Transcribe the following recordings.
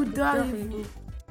Goutte d'or et vous.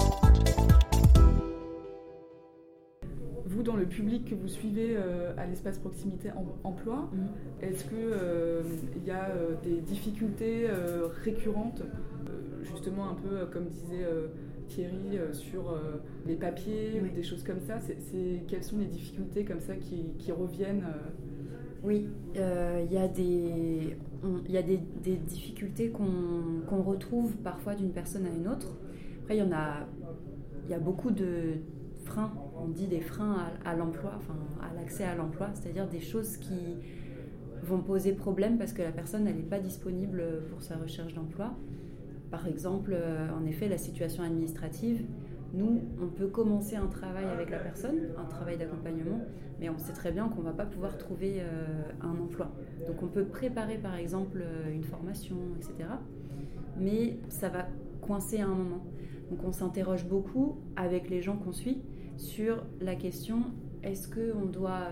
Vous, dans le public que vous suivez à l'espace proximité emploi, est-ce qu'il y a des difficultés récurrentes, justement un peu comme disait Thierry, sur les papiers ou des choses comme ça, quelles sont les difficultés comme ça qui reviennent Oui, il y a des difficultés qu'on retrouve parfois d'une personne à une autre. Après, il y a beaucoup de freins, on dit des freins à l'emploi, enfin à l'accès à l'emploi, c'est-à-dire des choses qui vont poser problème parce que la personne n'est pas disponible pour sa recherche d'emploi. Par exemple, en effet, la situation administrative. Nous, on peut commencer un travail avec la personne, un travail d'accompagnement, mais on sait très bien qu'on ne va pas pouvoir trouver un emploi. Donc on peut préparer par exemple une formation, etc. Mais ça va coincer à un moment. Donc on s'interroge beaucoup avec les gens qu'on suit sur la question, est-ce qu'on doit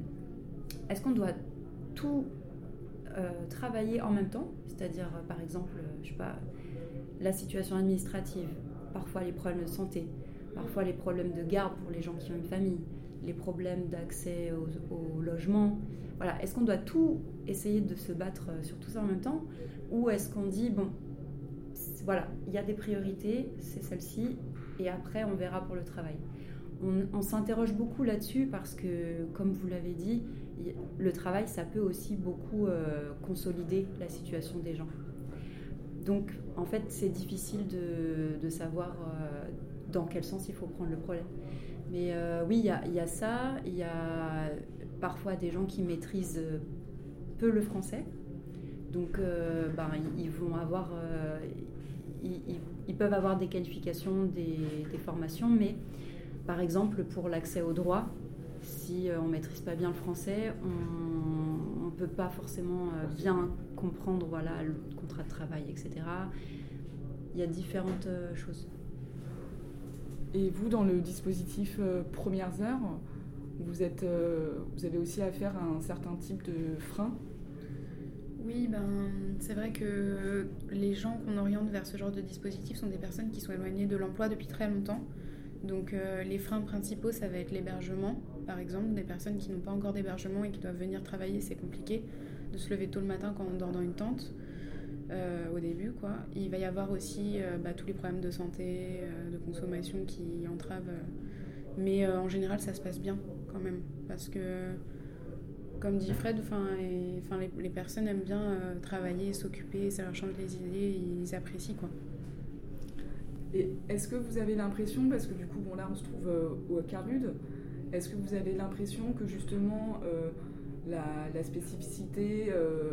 tout travailler en même temps ? C'est-à-dire par exemple, je sais pas, la situation administrative, parfois les problèmes de santé, parfois les problèmes de garde pour les gens qui ont une famille, les problèmes d'accès au logement. Voilà. Est-ce qu'on doit tout essayer de se battre sur tout ça en même temps ? Ou est-ce qu'on dit, bon, voilà, il y a des priorités, c'est celle-ci, et après on verra pour le travail. On s'interroge beaucoup là-dessus parce que, comme vous l'avez dit, le travail, ça peut aussi beaucoup consolider la situation des gens. Donc, en fait, c'est difficile de savoir dans quel sens il faut prendre le problème. Mais oui, il y a ça. Il y a parfois des gens qui maîtrisent peu le français. Donc, ils vont avoir... ils peuvent avoir des qualifications, des formations, mais par exemple, pour l'accès au droit, si on ne maîtrise pas bien le français, on ne peut pas forcément bien comprendre le contrat de travail, etc. Il y a différentes choses. Et vous, dans le dispositif Premières Heures, vous avez aussi affaire à un certain type de frein ? Oui, c'est vrai que les gens qu'on oriente vers ce genre de dispositif sont des personnes qui sont éloignées de l'emploi depuis très longtemps. Donc les freins principaux, ça va être l'hébergement, par exemple. Des personnes qui n'ont pas encore d'hébergement et qui doivent venir travailler, c'est compliqué de se lever tôt le matin quand on dort dans une tente, au début, quoi. Il va y avoir aussi tous les problèmes de santé, de consommation qui entravent. Mais en général, ça se passe bien quand même. Parce que, comme dit Fred, les personnes aiment bien travailler, s'occuper, ça leur change les idées, ils apprécient, quoi. Et est-ce que vous avez l'impression, parce que du coup, là on se trouve au CARUD, est-ce que vous avez l'impression que justement la spécificité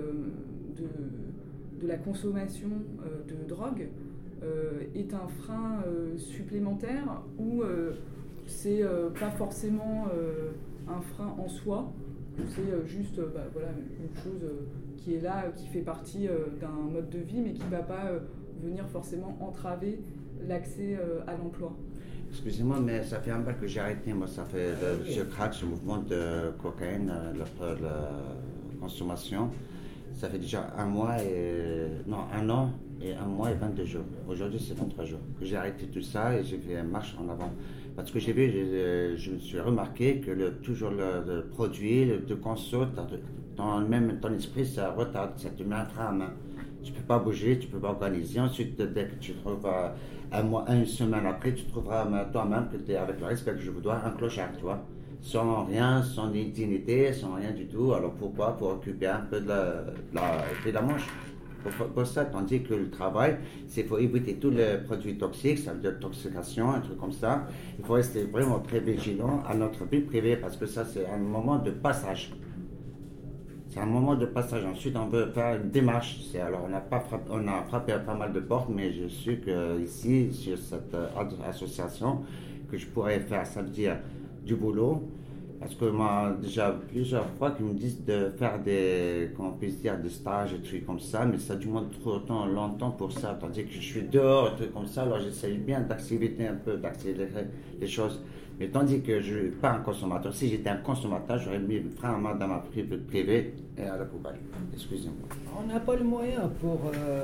de la consommation de drogue est un frein supplémentaire ou c'est pas forcément un frein en soi, c'est juste une chose qui est là, qui fait partie d'un mode de vie mais qui ne va pas venir forcément entraver l'accès à l'emploi. Excusez-moi, mais ça fait un bail que j'ai arrêté. Moi, ça fait je craque ce mouvement de cocaïne, la consommation. Ça fait déjà un an et 1 mois et 22 jours. Aujourd'hui, c'est 23 jours que j'ai arrêté tout ça et j'ai fait une marche en avant. Parce que j'ai vu, je me suis remarqué que toujours le produit, de conso, même ton esprit, ça retarde, ça te met un frein à main. Tu ne peux pas bouger, tu ne peux pas organiser. Ensuite, dès que tu trouves une semaine après, tu trouveras toi-même que tu es, avec le respect que je vous dois, un clochard, tu vois. Sans rien, sans dignité, sans rien du tout. Alors pourquoi ? Pour occuper un peu de la manche. Pour ça, tandis que le travail, c'est pour éviter tous les produits toxiques, ça veut dire intoxication, un truc comme ça. Il faut rester vraiment très vigilant à notre vie privée parce que ça, c'est un moment de passage. C'est un moment de passage. Ensuite, on veut faire une démarche. Alors, on a frappé à pas mal de portes, mais je suis ici, sur cette association, que je pourrais faire, ça veut dire du boulot, Parce que moi, déjà plusieurs fois qu'ils me disent de faire des, comment on peut dire, des stages, des trucs comme ça, mais ça demande trop longtemps pour ça. Tandis que je suis dehors, des trucs comme ça, alors j'essaye bien d'accélérer les choses. Mais tandis que je ne suis pas un consommateur, si j'étais un consommateur, j'aurais mis le frein à main dans ma privée et à la poubelle. Excusez-moi. On n'a pas le moyen pour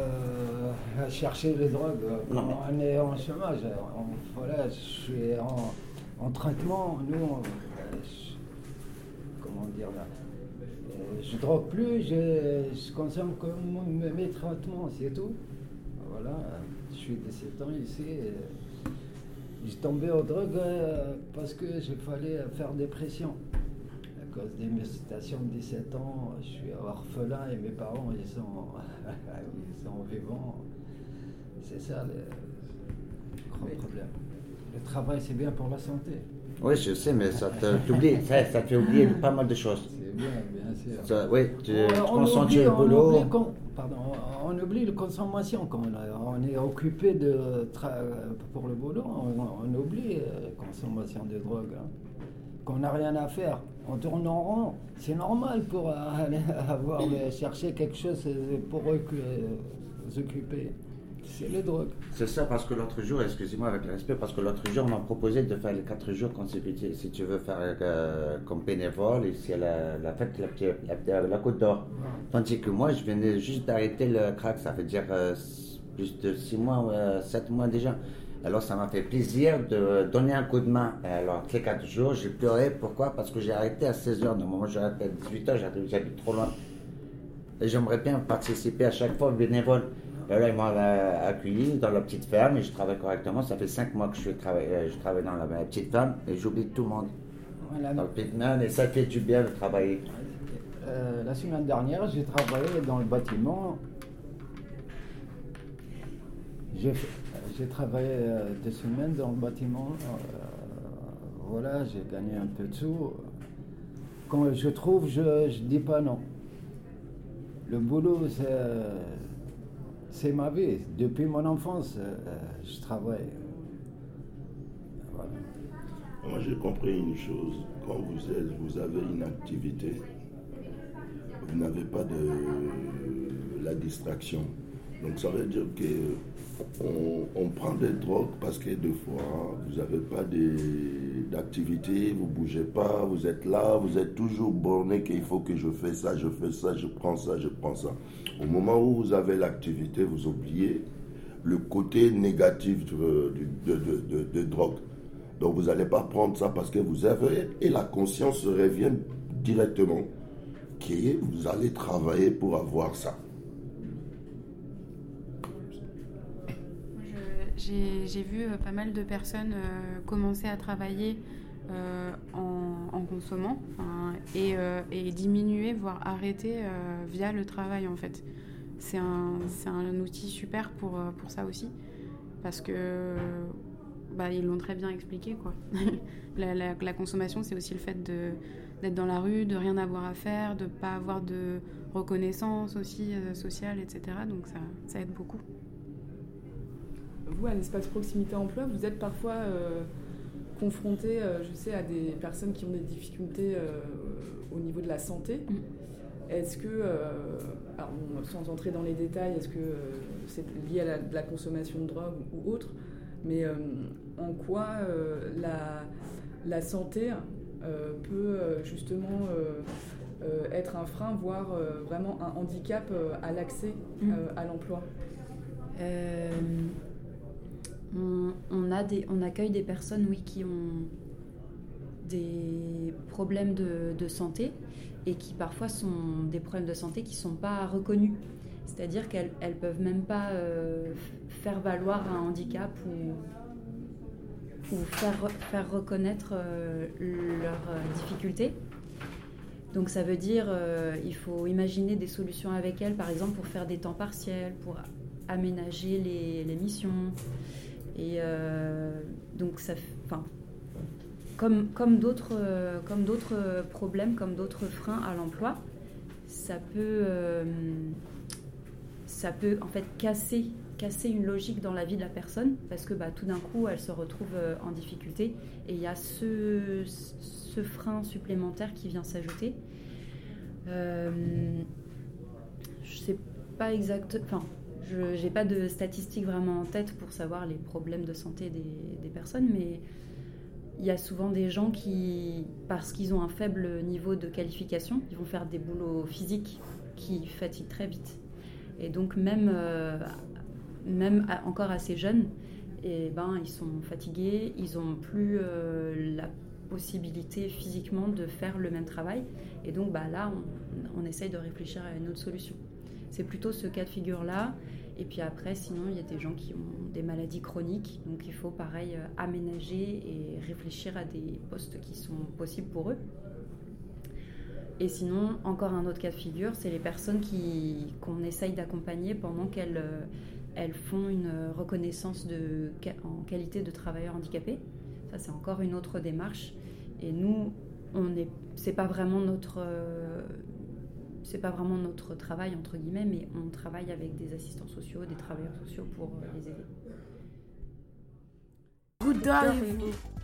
chercher les drogues. Non. On est en chômage. Voilà, je suis en traitement. Nous, comment dire là, je drogue plus, je consomme comme mes traitements, c'est tout. Voilà, je suis 17 ans ici. J'ai tombé aux drogues parce que il fallait faire des pressions. À cause de mes situations de 17 ans, je suis orphelin et mes parents ils sont vivants. C'est ça le grand problème. Le travail c'est bien pour la santé. Oui, je sais, mais ça te fait oublier pas mal de choses. C'est bien sûr. Ça, oui, tu on concentres oublie, le boulot. On oublie la consommation. Comme on est occupé pour le boulot, on oublie la consommation de drogue. Hein. Qu'on n'a rien à faire. On tourne en rond. C'est normal pour aller chercher quelque chose pour s'occuper. C'est les drogues. C'est ça, parce que l'autre jour, excusez-moi avec le respect, parce que l'autre jour, on m'a proposé de faire les 4 jours consécutifs, si tu veux faire comme bénévole, ici à la fête de la Côte d'Or. Tandis que moi, je venais juste d'arrêter le crack, ça veut dire plus de 6 mois, 7 mois déjà. Alors, ça m'a fait plaisir de donner un coup de main. Alors, ces 4 jours, j'ai pleuré. Pourquoi? Parce que j'ai arrêté à 16h. Normalement, j'arrête à 18h, j'habite trop loin. Et j'aimerais bien participer à chaque fois bénévole. Et là, ils m'ont accueilli dans la petite ferme et je travaille correctement. Ça fait 5 mois que je travaille dans la petite ferme et j'oublie tout le monde. Voilà. Dans le pitman, et ça fait du bien de travailler. La semaine dernière, j'ai travaillé dans le bâtiment. J'ai travaillé 2 semaines dans le bâtiment. Voilà, j'ai gagné un peu de sous. Quand je trouve, je dis pas non. Le boulot, c'est ma vie. Depuis mon enfance, je travaille. Voilà. Moi, j'ai compris une chose. Quand vous avez une activité, vous n'avez pas de la distraction. Donc, ça veut dire qu'on prend des drogues parce que des fois, vous n'avez pas d'activité, vous ne bougez pas, vous êtes là, vous êtes toujours borné qu'il faut que je fais ça, je prends ça, je prends ça. Au moment où vous avez l'activité, vous oubliez le côté négatif de drogue. Donc vous n'allez pas prendre ça parce que vous avez, et la conscience revient directement, que vous allez travailler pour avoir ça. J'ai vu pas mal de personnes commencer à travailler en consommant et diminuer, voire arrêter via le travail en fait. C'est un outil super pour ça aussi parce que ils l'ont très bien expliqué quoi. la consommation c'est aussi le fait d'être dans la rue, de rien avoir à faire, de pas avoir de reconnaissance aussi sociale, etc. Donc ça aide beaucoup. Vous, à l'espace proximité emploi, vous êtes parfois confronté, je sais, à des personnes qui ont des difficultés au niveau de la santé. Est-ce que, alors, sans entrer dans les détails, est-ce que c'est lié à la consommation de drogue ou autre, mais en quoi la santé peut justement être un frein, voire vraiment un handicap à l'accès à l'emploi? On accueille des personnes, oui, qui ont des problèmes de santé et qui parfois sont des problèmes de santé qui ne sont pas reconnus. C'est-à-dire qu'elles ne peuvent même pas faire valoir un handicap ou faire reconnaître leurs difficultés. Donc ça veut dire il faut imaginer des solutions avec elles, par exemple pour faire des temps partiels, pour aménager les missions. Et donc, comme d'autres problèmes, comme d'autres freins à l'emploi, ça peut en fait casser casser une logique dans la vie de la personne, parce que tout d'un coup, elle se retrouve en difficulté, et il y a ce frein supplémentaire qui vient s'ajouter. Je sais pas je n'ai pas de statistiques vraiment en tête pour savoir les problèmes de santé des personnes, mais il y a souvent des gens qui, parce qu'ils ont un faible niveau de qualification, ils vont faire des boulots physiques qui fatiguent très vite. Et donc même encore assez jeunes, ils sont fatigués, ils n'ont plus la possibilité physiquement de faire le même travail. Et donc là, on essaye de réfléchir à une autre solution. C'est plutôt ce cas de figure-là. Et puis après, sinon, il y a des gens qui ont des maladies chroniques. Donc il faut pareil aménager et réfléchir à des postes qui sont possibles pour eux. Et sinon, encore un autre cas de figure, c'est les personnes qu'on essaye d'accompagner pendant qu'elles font une reconnaissance en qualité de travailleur handicapé. Ça, c'est encore une autre démarche. Et nous, c'est pas vraiment notre travail, entre guillemets, mais on travaille avec des assistants sociaux, des travailleurs sociaux pour les aider. Good day.